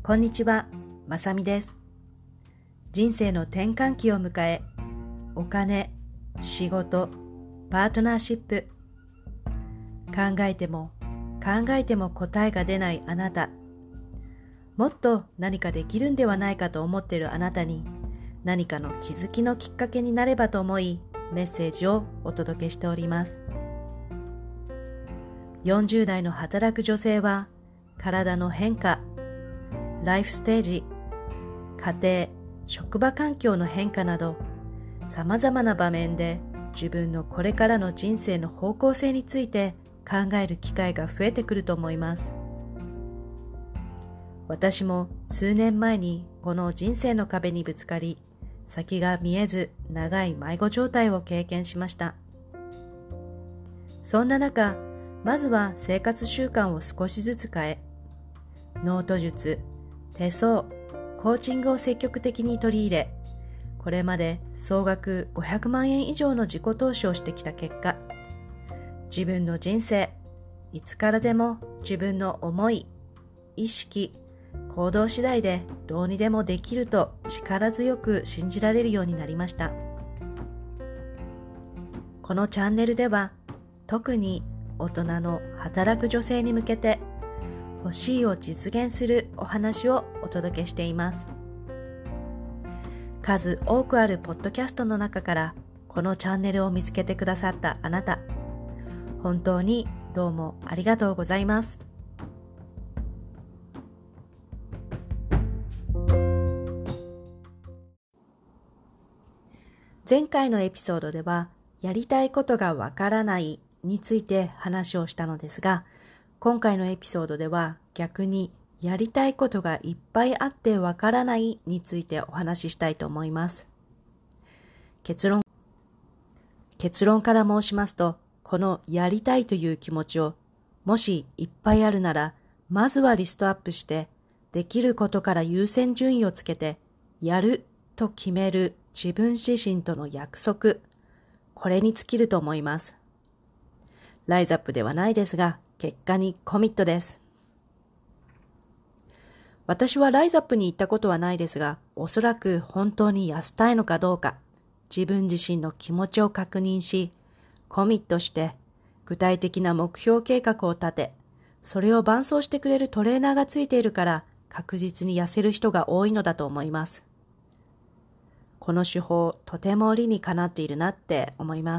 こんにちは、まさみです。人生の転換期を迎え、お金、仕事、パートナーシップ、考えても考えても答えが出ないあなた、もっと何かできるんではないかと思っているあなたに、何かの気づきのきっかけになればと思い、メッセージをお届けしております。40代の働く女性は、体の変化、ライフステージ、家庭、職場環境の変化など、様々な場面で自分のこれからの人生の方向性について考える機会が増えてくると思います。私も数年前にこの人生の壁にぶつかり、先が見えず長い迷子状態を経験しました。そんな中、まずは生活習慣を少しずつ変え、ノート術、手相、コーチングを積極的に取り入れ、これまで総額500万円以上の自己投資をしてきた結果、自分の人生、いつからでも自分の思い、意識、行動次第でどうにでもできると力強く信じられるようになりました。このチャンネルでは、特に大人の働く女性に向けて、欲しいを実現するお話をお届けしています。数多くあるポッドキャストの中からこのチャンネルを見つけてくださったあなた、本当にどうもありがとうございます。前回のエピソードでは、やりたいことがわからないについて話をしたのですが、今回のエピソードでは逆にやりたいことがいっぱいあってわからないについてお話ししたいと思います。結論から申しますと、このやりたいという気持ちをもしいっぱいあるなら、まずはリストアップして、できることから優先順位をつけて、やると決める自分自身との約束、これに尽きると思います。ライズアップではないですが、結果にコミットです。私はライズアップに行ったことはないですが、おそらく本当に痩せたいのかどうか、自分自身の気持ちを確認し、コミットして、具体的な目標計画を立て、それを伴走してくれるトレーナーがついているから、確実に痩せる人が多いのだと思います。この手法、とても理にかなっているなって思います。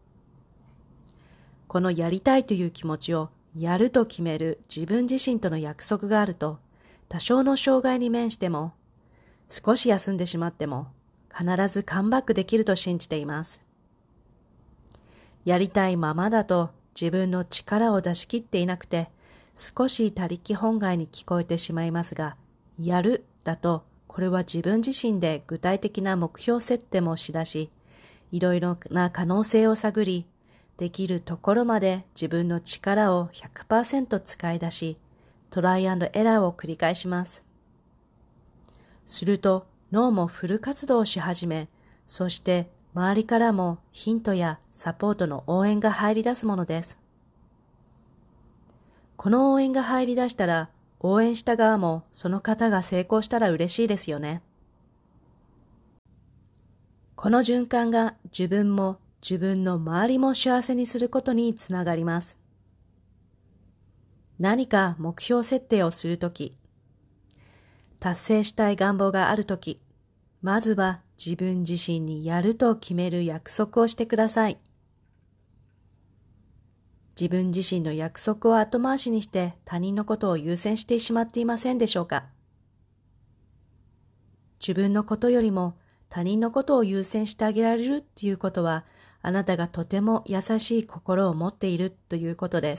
このやりたいという気持ちをやると決める自分自身との約束があると、多少の障害に面しても、少し休んでしまっても、必ずカムバックできると信じています。やりたいままだと自分の力を出し切っていなくて、少し他力本願に聞こえてしまいますが、やるだと、これは自分自身で具体的な目標設定もしだし、いろいろな可能性を探り、できるところまで自分の力を 100% 使い出し、トライアンドエラーを繰り返します。すると脳もフル活動し始め、そして周りからもヒントやサポートの応援が入り出すものです。この応援が入り出したら、応援した側もその方が成功したら嬉しいですよね。この循環が自分も自分の周りも幸せにすることにつながります。何か目標設定をするとき、達成したい願望があるとき、まずは自分自身にやると決める約束をしてください。自分自身の約束を後回しにして他人のことを優先してしまっていませんでしょうか。自分のことよりも他人のことを優先してあげられるということは、あなたがとても優しい心を持っているということです。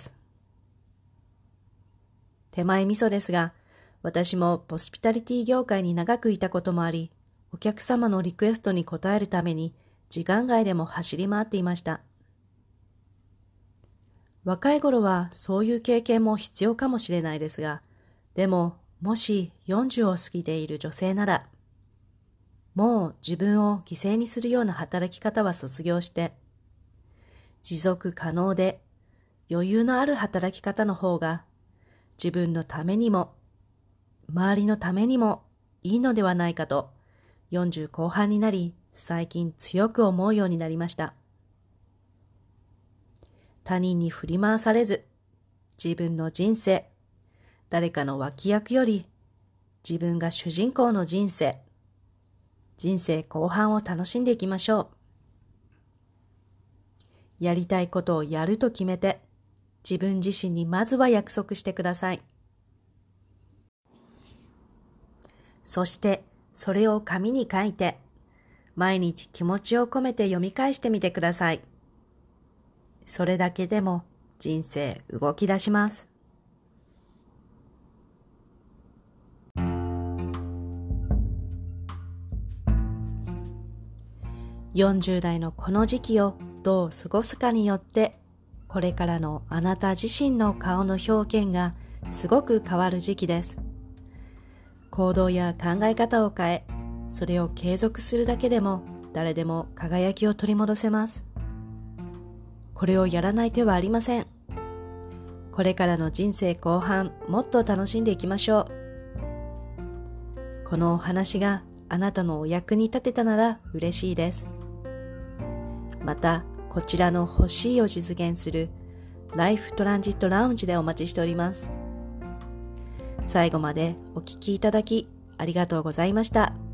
手前味噌ですが、私もホスピタリティ業界に長くいたこともあり、お客様のリクエストに応えるために時間外でも走り回っていました。若い頃はそういう経験も必要かもしれないですが、でももし40を過ぎている女性なら、もう自分を犠牲にするような働き方は卒業して、持続可能で余裕のある働き方の方が自分のためにも周りのためにもいいのではないかと、40後半になり、最近強く思うようになりました。他人に振り回されず、自分の人生、誰かの脇役より、自分が主人公の人生後半を楽しんでいきましょう。やりたいことをやると決めて、自分自身にまずは約束してください。そして、それを紙に書いて、毎日気持ちを込めて読み返してみてください。それだけでも人生動き出します。40代のこの時期をどう過ごすかによって、これからのあなた自身の顔の表現がすごく変わる時期です。行動や考え方を変え、それを継続するだけでも誰でも輝きを取り戻せます。これをやらない手はありません。これからの人生後半、もっと楽しんでいきましょう。このお話があなたのお役に立てたなら嬉しいです。また、こちらの欲しいを実現するライフトランジットラウンジでお待ちしております。最後までお聞きいただきありがとうございました。